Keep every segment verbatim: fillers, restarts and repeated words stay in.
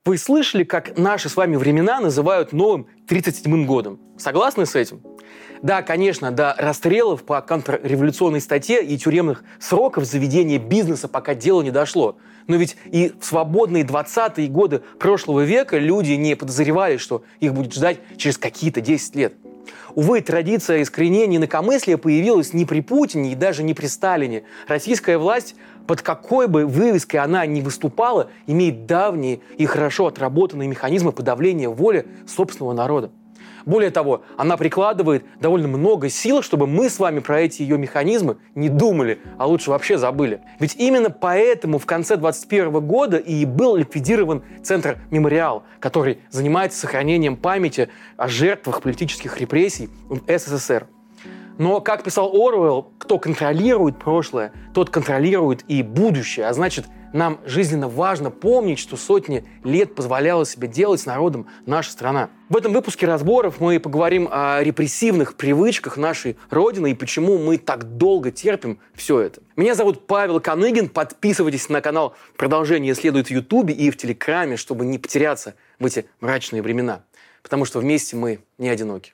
Вы слышали, как наши с вами времена называют новым тридцать седьмым годом? Согласны с этим? Да, конечно, до расстрелов по контрреволюционной статье и тюремных сроков заведения бизнеса пока дело не дошло. Но ведь и в свободные двадцатые годы прошлого века люди не подозревали, что их будет ждать через какие-то десять лет. Увы, традиция искоренения инакомыслия появилась не при Путине и даже не при Сталине. Российская власть, под какой бы вывеской она ни выступала, имеет давние и хорошо отработанные механизмы подавления воли собственного народа. Более того, она прикладывает довольно много сил, чтобы мы с вами про эти ее механизмы не думали, а лучше вообще забыли. Ведь именно поэтому в конце двадцать первого года и был ликвидирован Центр «Мемориал», который занимается сохранением памяти о жертвах политических репрессий в СССР. Но, как писал Оруэлл, кто контролирует прошлое, тот контролирует и будущее. А значит, нам жизненно важно помнить, что сотни лет позволяла себе делать с народом наша страна. В этом выпуске разборов мы поговорим о репрессивных привычках нашей Родины и почему мы так долго терпим все это. Меня зовут Павел Коныгин. Подписывайтесь на канал «Продолжение следует» в Ютубе и в Телеграме, чтобы не потеряться в эти мрачные времена. Потому что вместе мы не одиноки.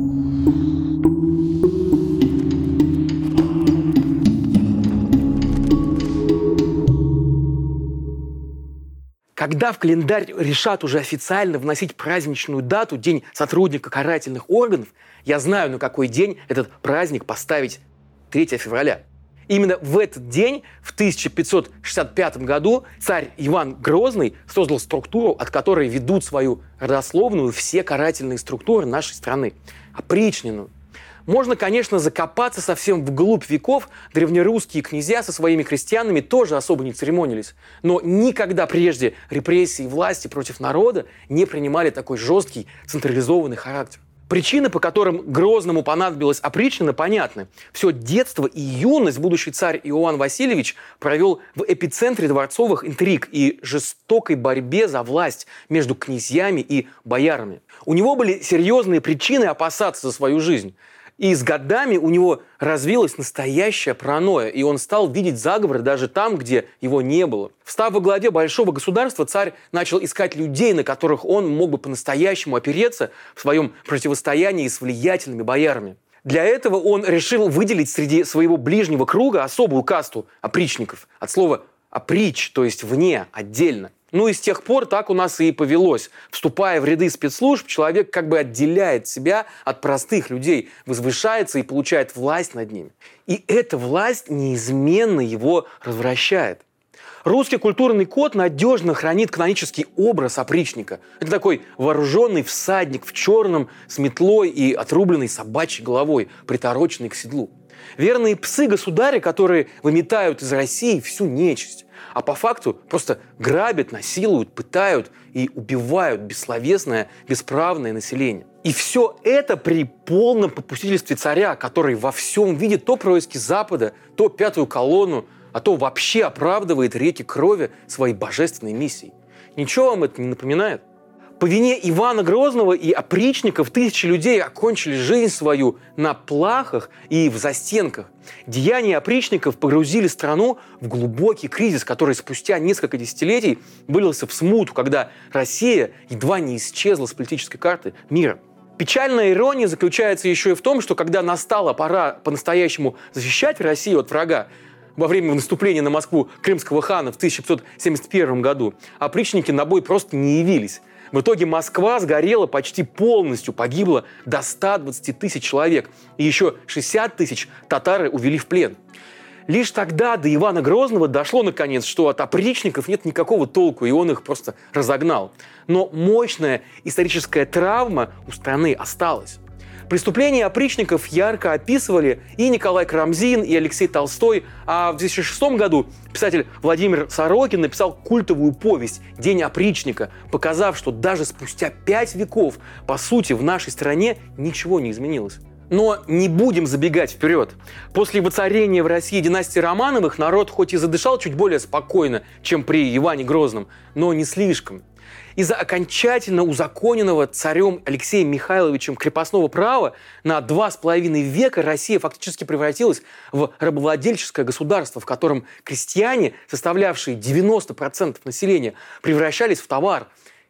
Когда в календарь решат уже официально вносить праздничную дату, День сотрудника карательных органов, я знаю, на какой день этот праздник поставить третьего февраля. Именно в этот день, в тысяча пятьсот шестьдесят пятом году, царь Иван Грозный создал структуру, от которой ведут свою родословную все карательные структуры нашей страны – опричнину. Можно, конечно, закопаться совсем вглубь веков. Древнерусские князья со своими крестьянами тоже особо не церемонились. Но никогда прежде репрессии власти против народа не принимали такой жесткий, централизованный характер. Причины, по которым Грозному понадобилась опричнина, понятны. Все детство и юность будущий царь Иоанн Васильевич провел в эпицентре дворцовых интриг и жестокой борьбе за власть между князьями и боярами. У него были серьезные причины опасаться за свою жизнь. И с годами у него развилась настоящая паранойя, и он стал видеть заговоры даже там, где его не было. Встав во главе большого государства, царь начал искать людей, на которых он мог бы по-настоящему опереться в своем противостоянии с влиятельными боярами. Для этого он решил выделить среди своего ближнего круга особую касту опричников. От слова «опричь», то есть «вне», «отдельно». Ну и с тех пор так у нас и повелось. Вступая в ряды спецслужб, человек как бы отделяет себя от простых людей, возвышается и получает власть над ними. И эта власть неизменно его развращает. Русский культурный код надежно хранит канонический образ опричника. Это такой вооруженный всадник в черном, с метлой и отрубленной собачьей головой, притороченный к седлу. Верные псы государя, которые выметают из России всю нечисть. А по факту просто грабят, насилуют, пытают и убивают бессловесное, бесправное население. И все это при полном попустительстве царя, который во всем видит то происки Запада, то пятую колонну, а то вообще оправдывает реки крови своей божественной миссией. Ничего вам это не напоминает? По вине Ивана Грозного и опричников тысячи людей окончили жизнь свою на плахах и в застенках. Деяния опричников погрузили страну в глубокий кризис, который спустя несколько десятилетий вылился в смуту, когда Россия едва не исчезла с политической карты мира. Печальная ирония заключается еще и в том, что когда настала пора по-настоящему защищать Россию от врага, во время наступления на Москву крымского хана в тысяча пятьсот семьдесят первом году, опричники на бой просто не явились. В итоге Москва сгорела почти полностью, погибло до ста двадцати тысяч человек, и еще шестьдесят тысяч татары увели в плен. Лишь тогда до Ивана Грозного дошло наконец, что от опричников нет никакого толку, и он их просто разогнал. Но мощная историческая травма у страны осталась. Преступления опричников ярко описывали и Николай Карамзин, и Алексей Толстой, а в две тысячи шестом году писатель Владимир Сорокин написал культовую повесть «День опричника», показав, что даже спустя пять веков, по сути, в нашей стране ничего не изменилось. Но не будем забегать вперед. После воцарения в России династии Романовых народ хоть и задышал чуть более спокойно, чем при Иване Грозном, но не слишком. Из-за окончательно узаконенного царем Алексеем Михайловичем крепостного права на два с половиной века Россия фактически превратилась в рабовладельческое государство, в котором крестьяне, составлявшие девяносто процентов населения, превращались в товар.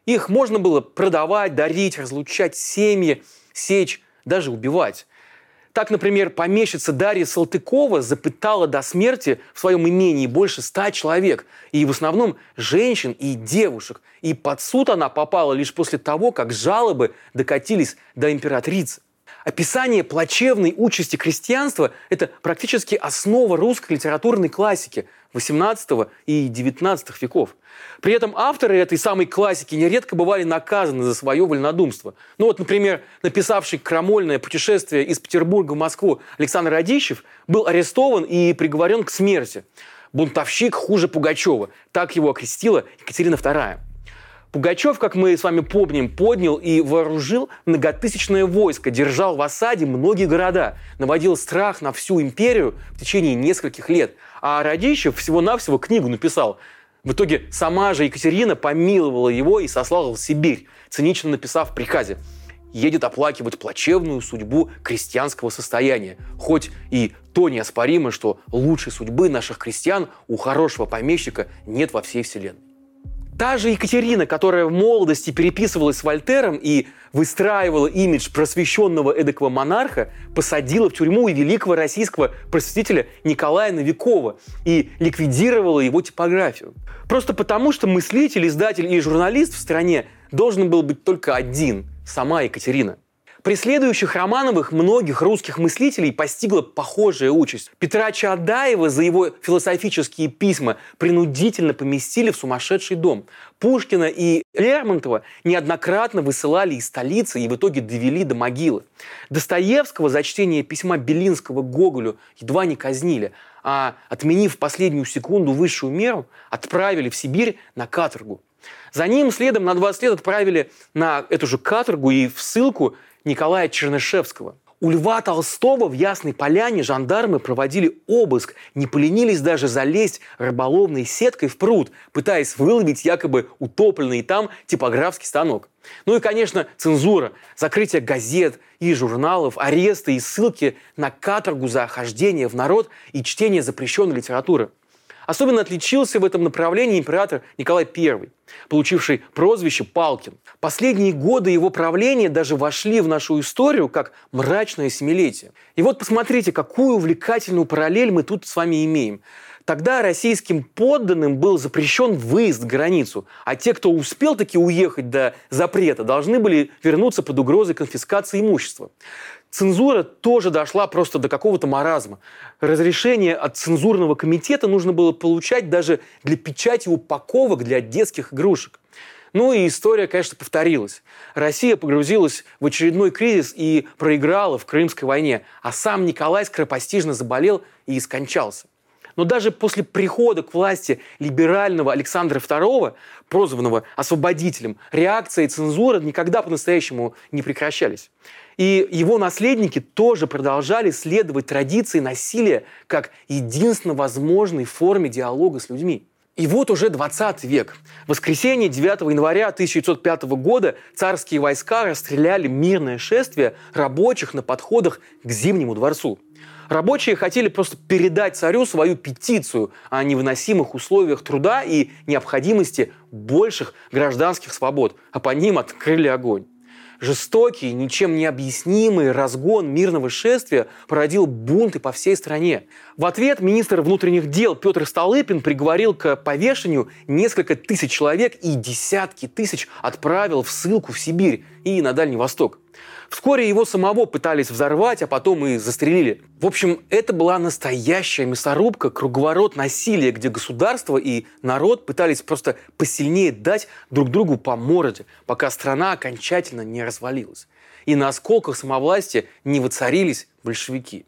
Их можно было продавать, дарить, разлучать семьи, сечь, даже убивать. Так, например, помещица Дарья Салтыкова запытала до смерти в своем имении больше ста человек, и в основном женщин и девушек. И под суд она попала лишь после того, как жалобы докатились до императрицы. Описание плачевной участи крестьянства – это практически основа русской литературной классики восемнадцатого и девятнадцатого веков. При этом авторы этой самой классики нередко бывали наказаны за свое вольнодумство. Ну вот, например, написавший «Крамольное путешествие из Петербурга в Москву» Александр Радищев был арестован и приговорен к смерти. Бунтовщик хуже Пугачева. Так его окрестила Екатерина вторая. Пугачев, как мы с вами помним, поднял и вооружил многотысячное войско, держал в осаде многие города, наводил страх на всю империю в течение нескольких лет. А Радищев всего-навсего книгу написал. В итоге сама же Екатерина помиловала его и сослала в Сибирь, цинично написав в приказе: «Едет оплакивать плачевную судьбу крестьянского состояния. Хоть и то неоспоримо, что лучшей судьбы наших крестьян у хорошего помещика нет во всей вселенной». Та же Екатерина, которая в молодости переписывалась с Вольтером и выстраивала имидж просвещенного эдакого монарха, посадила в тюрьму и великого российского просветителя Николая Новикова и ликвидировала его типографию. Просто потому, что мыслитель, издатель и журналист в стране должен был быть только один – сама Екатерина. При следующих Романовых многих русских мыслителей постигла похожая участь. Петра Чаадаева за его философические письма принудительно поместили в сумасшедший дом. Пушкина и Лермонтова неоднократно высылали из столицы и в итоге довели до могилы. Достоевского за чтение письма Белинского Гоголю едва не казнили, а, отменив в последнюю секунду высшую меру, отправили в Сибирь на каторгу. За ним следом на двадцать лет отправили на эту же каторгу и в ссылку Николая Чернышевского. У Льва Толстого в Ясной Поляне жандармы проводили обыск, не поленились даже залезть рыболовной сеткой в пруд, пытаясь выловить якобы утопленный там типографский станок. Ну и, конечно, цензура, закрытие газет и журналов, аресты и ссылки на каторгу за хождение в народ и чтение запрещенной литературы. Особенно отличился в этом направлении император Николай Первый, получивший прозвище Палкин. Последние годы его правления даже вошли в нашу историю как мрачное семилетие. И вот посмотрите, какую увлекательную параллель мы тут с вами имеем. Тогда российским подданным был запрещен выезд за границу, а те, кто успел таки уехать до запрета, должны были вернуться под угрозой конфискации имущества. Цензура тоже дошла просто до какого-то маразма. Разрешение от цензурного комитета нужно было получать даже для печати упаковок для детских игрушек. Ну и история, конечно, повторилась. Россия погрузилась в очередной кризис и проиграла в Крымской войне, а сам Николай скоропостижно заболел и скончался. Но даже после прихода к власти либерального Александра второго, прозванного освободителем, реакция и цензура никогда по-настоящему не прекращались. И его наследники тоже продолжали следовать традиции насилия как единственно возможной форме диалога с людьми. И вот уже двадцатый век. В воскресенье девятого января тысяча девятьсот пятого года царские войска расстреляли мирное шествие рабочих на подходах к Зимнему дворцу. Рабочие хотели просто передать царю свою петицию о невыносимых условиях труда и необходимости больших гражданских свобод, а по ним открыли огонь. Жестокий, ничем не объяснимый разгон мирного шествия породил бунты по всей стране. В ответ министр внутренних дел Петр Столыпин приговорил к повешению несколько тысяч человек и десятки тысяч отправил в ссылку в Сибирь и на Дальний Восток. Вскоре его самого пытались взорвать, а потом и застрелили. В общем, это была настоящая мясорубка, круговорот насилия, где государство и народ пытались просто посильнее дать друг другу по морде, пока страна окончательно не развалилась. И на осколках самовластия не воцарились большевики.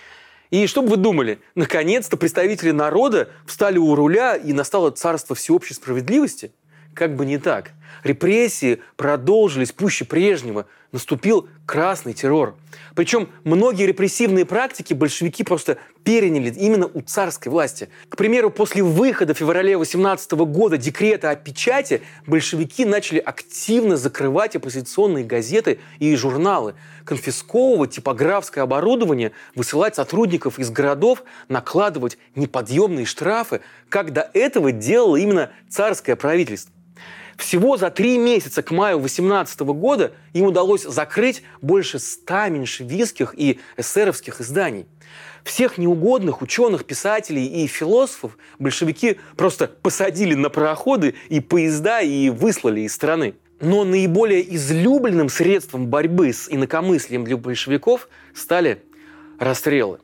И что бы вы думали, наконец-то представители народа встали у руля и настало царство всеобщей справедливости? Как бы не так. Репрессии продолжились пуще прежнего. Наступил красный террор. Причем многие репрессивные практики большевики просто переняли именно у царской власти. К примеру, после выхода в феврале восемнадцатого года декрета о печати большевики начали активно закрывать оппозиционные газеты и журналы, конфисковывать типографское оборудование, высылать сотрудников из городов, накладывать неподъемные штрафы, как до этого делало именно царское правительство. Всего за три месяца к маю восемнадцатого года им удалось закрыть больше ста меньшевистских и эсеровских изданий. Всех неугодных ученых, писателей и философов большевики просто посадили на пароходы и поезда и выслали из страны. Но наиболее излюбленным средством борьбы с инакомыслием для большевиков стали расстрелы.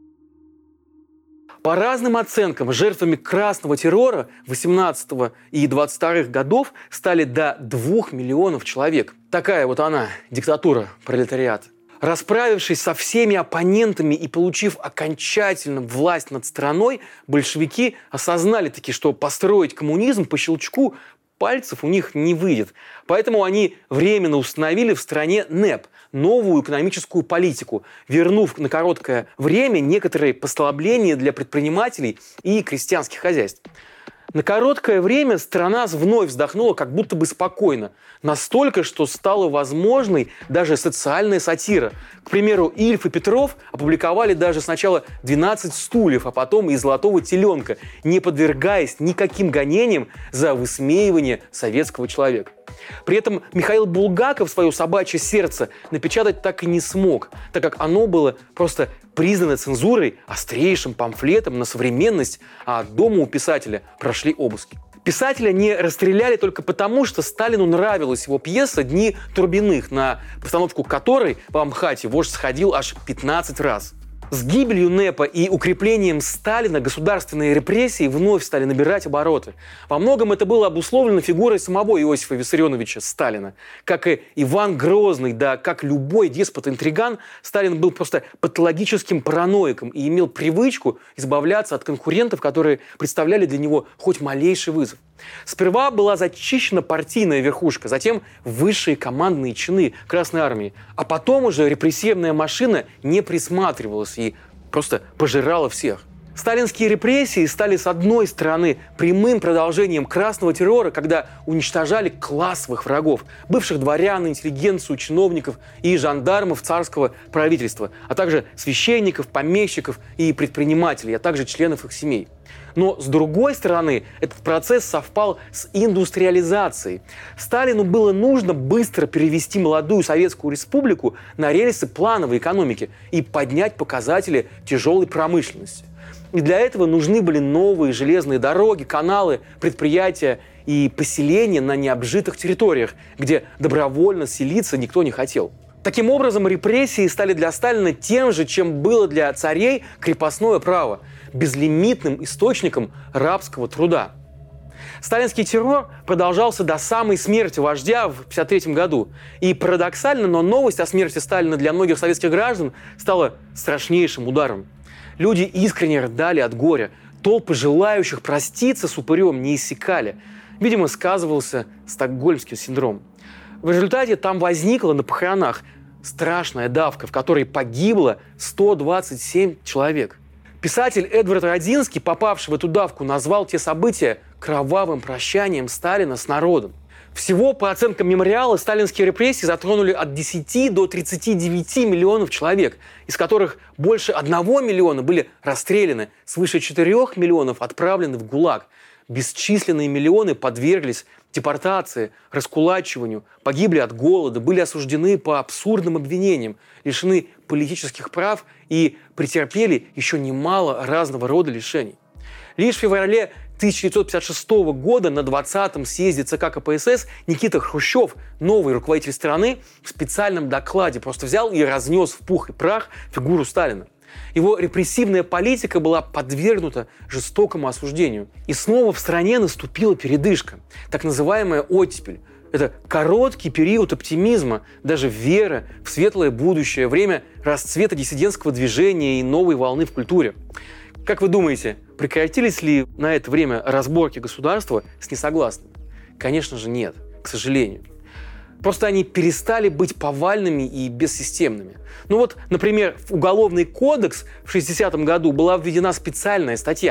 По разным оценкам, жертвами красного террора восемнадцатого и двадцать вторых годов стали до двух миллионов человек. Такая вот она, диктатура пролетариата. Расправившись со всеми оппонентами и получив окончательно власть над страной, большевики осознали таки, что построить коммунизм по щелчку пальцев у них не выйдет. Поэтому они временно установили в стране НЭП – новую экономическую политику, вернув на короткое время некоторые послабления для предпринимателей и крестьянских хозяйств. На короткое время страна вновь вздохнула как будто бы спокойно. Настолько, что стала возможной даже социальная сатира. К примеру, Ильф и Петров опубликовали даже сначала «двенадцать стульев», а потом и «Золотого теленка», не подвергаясь никаким гонениям за высмеивание советского человека. При этом Михаил Булгаков свое «Собачье сердце» напечатать так и не смог, так как оно было просто признано цензурой острейшим памфлетом на современность, а дома у писателя прошли обыски. Писателя не расстреляли только потому, что Сталину нравилась его пьеса «Дни Турбиных», на постановку которой в Амхате вождь сходил аж пятнадцать раз. С гибелью НЭПа и укреплением Сталина государственные репрессии вновь стали набирать обороты. Во многом это было обусловлено фигурой самого Иосифа Виссарионовича Сталина. Как и Иван Грозный, да как любой деспот-интриган, Сталин был просто патологическим параноиком и имел привычку избавляться от конкурентов, которые представляли для него хоть малейший вызов. Сперва была зачищена партийная верхушка, затем высшие командные чины Красной Армии, а потом уже репрессивная машина не присматривалась и просто пожирала всех. Сталинские репрессии стали, с одной стороны, прямым продолжением красного террора, когда уничтожали классовых врагов, бывших дворян, интеллигенцию, чиновников и жандармов царского правительства, а также священников, помещиков и предпринимателей, а также членов их семей. Но, с другой стороны, этот процесс совпал с индустриализацией. Сталину было нужно быстро перевести молодую Советскую Республику на рельсы плановой экономики и поднять показатели тяжелой промышленности. И для этого нужны были новые железные дороги, каналы, предприятия и поселения на необжитых территориях, где добровольно селиться никто не хотел. Таким образом, репрессии стали для Сталина тем же, чем было для царей крепостное право – безлимитным источником рабского труда. Сталинский террор продолжался до самой смерти вождя в тысяча девятьсот пятьдесят третьем году. И парадоксально, но новость о смерти Сталина для многих советских граждан стала страшнейшим ударом. Люди искренне рыдали от горя. Толпы желающих проститься с упырем не иссякали. Видимо, сказывался стокгольмский синдром. В результате там возникла на похоронах страшная давка, в которой погибло сто двадцать семь человек. Писатель Эдвард Родзинский, попавший в эту давку, назвал те события кровавым прощанием Сталина с народом. Всего, по оценкам мемориала, сталинские репрессии затронули от десяти до тридцати девяти миллионов человек, из которых больше одного миллиона были расстреляны, свыше четырёх миллионов отправлены в ГУЛАГ. Бесчисленные миллионы подверглись депортации, раскулачиванию, погибли от голода, были осуждены по абсурдным обвинениям, лишены политических прав и претерпели еще немало разного рода лишений. Лишь в феврале тысяча девятьсот пятьдесят шестого года на двадцатом съезде ЦК КПСС Никита Хрущев, новый руководитель страны, в специальном докладе просто взял и разнес в пух и прах фигуру Сталина. Его репрессивная политика была подвергнута жестокому осуждению. И снова в стране наступила передышка, так называемая оттепель. Это короткий период оптимизма, даже веры в светлое будущее, время расцвета диссидентского движения и новой волны в культуре. Как вы думаете, прекратились ли на это время разборки государства с несогласными? Конечно же нет, к сожалению. Просто они перестали быть повальными и бессистемными. Ну вот, например, в Уголовный кодекс в шестидесятом году была введена специальная статья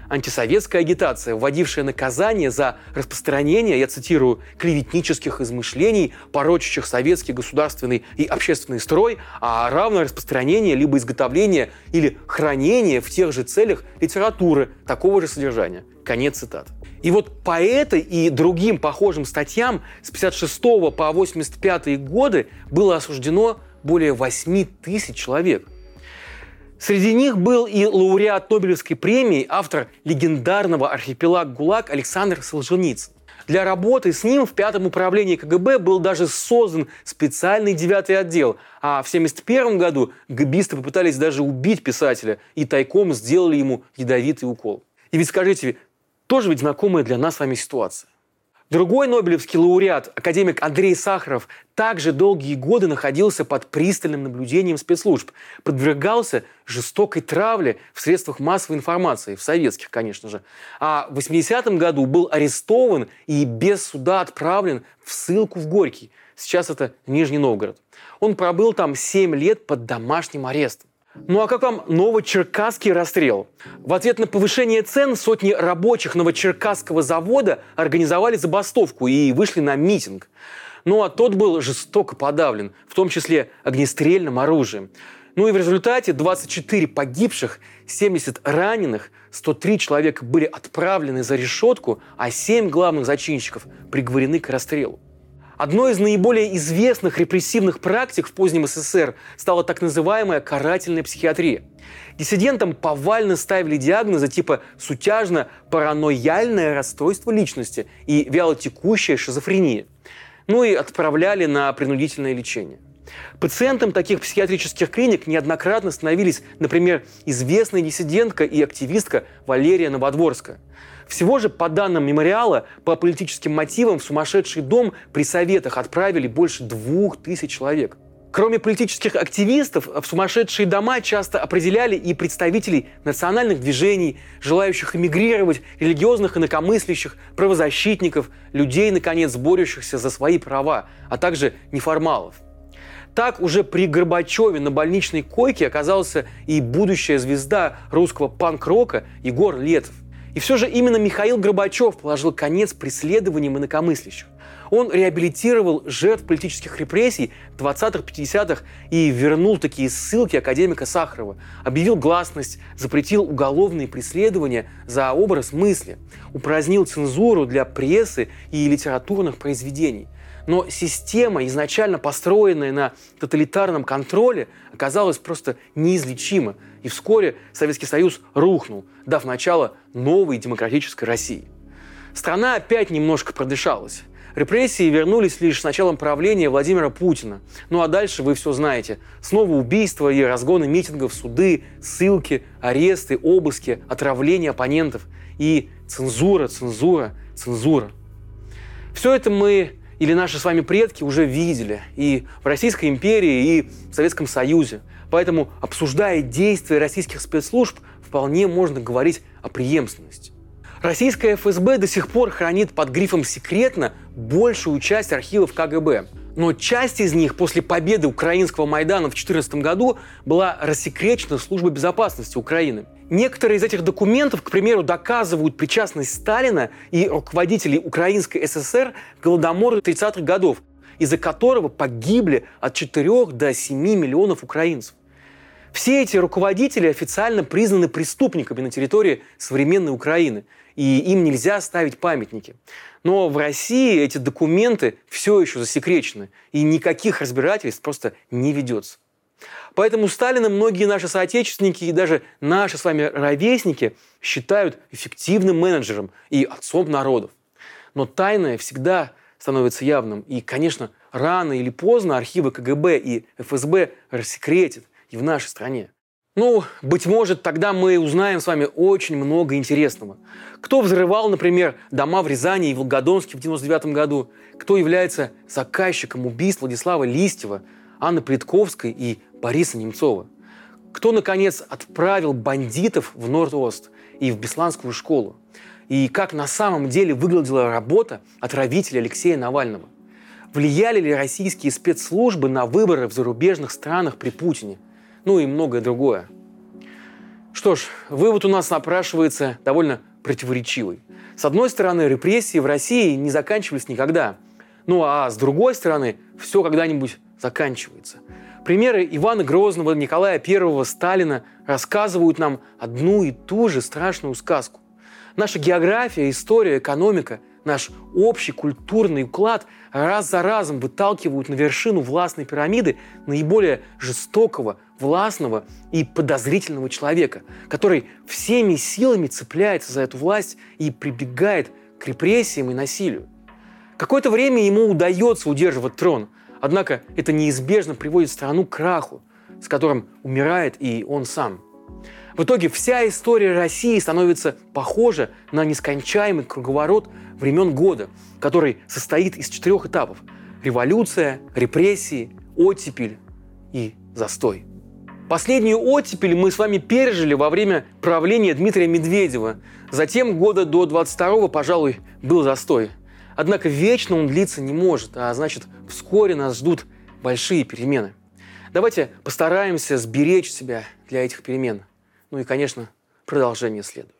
антисоветская агитация, вводившая наказание за распространение, я цитирую, клеветнических измышлений, порочащих советский государственный и общественный строй, а равно распространение либо изготовление или хранение в тех же целях литературы такого же содержания. Конец цитаты. И вот по этой и другим похожим статьям с пятьдесят шестого по восемьдесят пятый годы было осуждено более восьми тысяч человек. Среди них был и лауреат Нобелевской премии, автор легендарного «Архипелаг ГУЛАГ» Александр Солженицын. Для работы с ним в пятом управлении ка гэ бэ был даже создан специальный девятый отдел, а в семьдесят первом году гэбисты попытались даже убить писателя и тайком сделали ему ядовитый укол. И ведь скажите, тоже ведь знакомая для нас с вами ситуация. Другой нобелевский лауреат, академик Андрей Сахаров, также долгие годы находился под пристальным наблюдением спецслужб, подвергался жестокой травле в средствах массовой информации, в советских, конечно же. А в восьмидесятом году был арестован и без суда отправлен в ссылку в Горький. Сейчас это Нижний Новгород. Он пробыл там семь лет под домашним арестом. Ну а как вам новочеркасский расстрел? В ответ на повышение цен сотни рабочих новочеркасского завода организовали забастовку и вышли на митинг. Ну а тот был жестоко подавлен, в том числе огнестрельным оружием. Ну и в результате двадцать четыре погибших, семьдесят раненых, сто три человека были отправлены за решетку, а семь главных зачинщиков приговорены к расстрелу. Одной из наиболее известных репрессивных практик в позднем эс эс эс эр стала так называемая карательная психиатрия. Диссидентам повально ставили диагнозы типа сутяжно-паранояльное расстройство личности и вялотекущая шизофрения. Ну и отправляли на принудительное лечение. Пациентам таких психиатрических клиник неоднократно становились, например, известная диссидентка и активистка Валерия Новодворская. Всего же, по данным мемориала, по политическим мотивам в сумасшедший дом при советах отправили больше двух тысяч человек. Кроме политических активистов, в сумасшедшие дома часто определяли и представителей национальных движений, желающих эмигрировать, религиозных инакомыслящих, правозащитников, людей, наконец, борющихся за свои права, а также неформалов. Так уже при Горбачеве на больничной койке оказался и будущая звезда русского панк-рока Егор Летов. И все же именно Михаил Горбачев положил конец преследованиям инакомыслящих. Он реабилитировал жертв политических репрессий в двадцатых-пятидесятых и вернул такие ссылки академика Сахарова, объявил гласность, запретил уголовные преследования за образ мысли, упразднил цензуру для прессы и литературных произведений. Но система, изначально построенная на тоталитарном контроле, оказалась просто неизлечима. И вскоре Советский Союз рухнул, дав начало новой демократической России. Страна опять немножко продышалась. Репрессии вернулись лишь с началом правления Владимира Путина. Ну а дальше вы все знаете. Снова убийства и разгоны митингов, суды, ссылки, аресты, обыски, отравление оппонентов. И цензура, цензура, цензура. Все это мы или наши с вами предки уже видели и в Российской империи, и в Советском Союзе. Поэтому, обсуждая действия российских спецслужб, вполне можно говорить о преемственности. Российская эф эс бэ до сих пор хранит под грифом «секретно» большую часть архивов ка гэ бэ. Но часть из них после победы украинского Майдана в две тысячи четырнадцатом году была рассекречена Службой безопасности Украины. Некоторые из этих документов, к примеру, доказывают причастность Сталина и руководителей Украинской эс эс эс эр к Голодомору тридцатых годов, из-за которого погибли от четырёх до семи миллионов украинцев. Все эти руководители официально признаны преступниками на территории современной Украины, и им нельзя ставить памятники. Но в России эти документы все еще засекречены, и никаких разбирательств просто не ведется. Поэтому Сталина многие наши соотечественники и даже наши с вами ровесники считают эффективным менеджером и отцом народов. Но тайное всегда становится явным. И, конечно, рано или поздно архивы ка гэ бэ и эф эс бэ рассекретят и в нашей стране. Ну, быть может, тогда мы узнаем с вами очень много интересного. Кто взрывал, например, дома в Рязани и Волгодонске в девяносто девятом году? Кто является заказчиком убийств Владислава Листьева, Анны Политковской и Бориса Немцова? Кто, наконец, отправил бандитов в Норд-Ост и в Бесланскую школу? И как на самом деле выглядела работа отравителя Алексея Навального? Влияли ли российские спецслужбы на выборы в зарубежных странах при Путине? Ну и многое другое. Что ж, вывод у нас напрашивается довольно противоречивый. С одной стороны, репрессии в России не заканчивались никогда. Ну а с другой стороны, все когда-нибудь заканчивается. Примеры Ивана Грозного, Николая Первого, Сталина рассказывают нам одну и ту же страшную сказку. Наша география, история, экономика, наш общий культурный уклад раз за разом выталкивают на вершину властной пирамиды наиболее жестокого, властного и подозрительного человека, который всеми силами цепляется за эту власть и прибегает к репрессиям и насилию. Какое-то время ему удается удерживать трон, однако это неизбежно приводит страну к краху, с которым умирает и он сам. В итоге вся история России становится похожа на нескончаемый круговорот времен года, который состоит из четырех этапов: революция, репрессии, оттепель и застой. Последнюю оттепель мы с вами пережили во время правления Дмитрия Медведева. Затем года до двадцать второго, пожалуй, был застой. Однако вечно он длиться не может, а значит, вскоре нас ждут большие перемены. Давайте постараемся сберечь себя для этих перемен. Ну и, конечно, продолжение следует.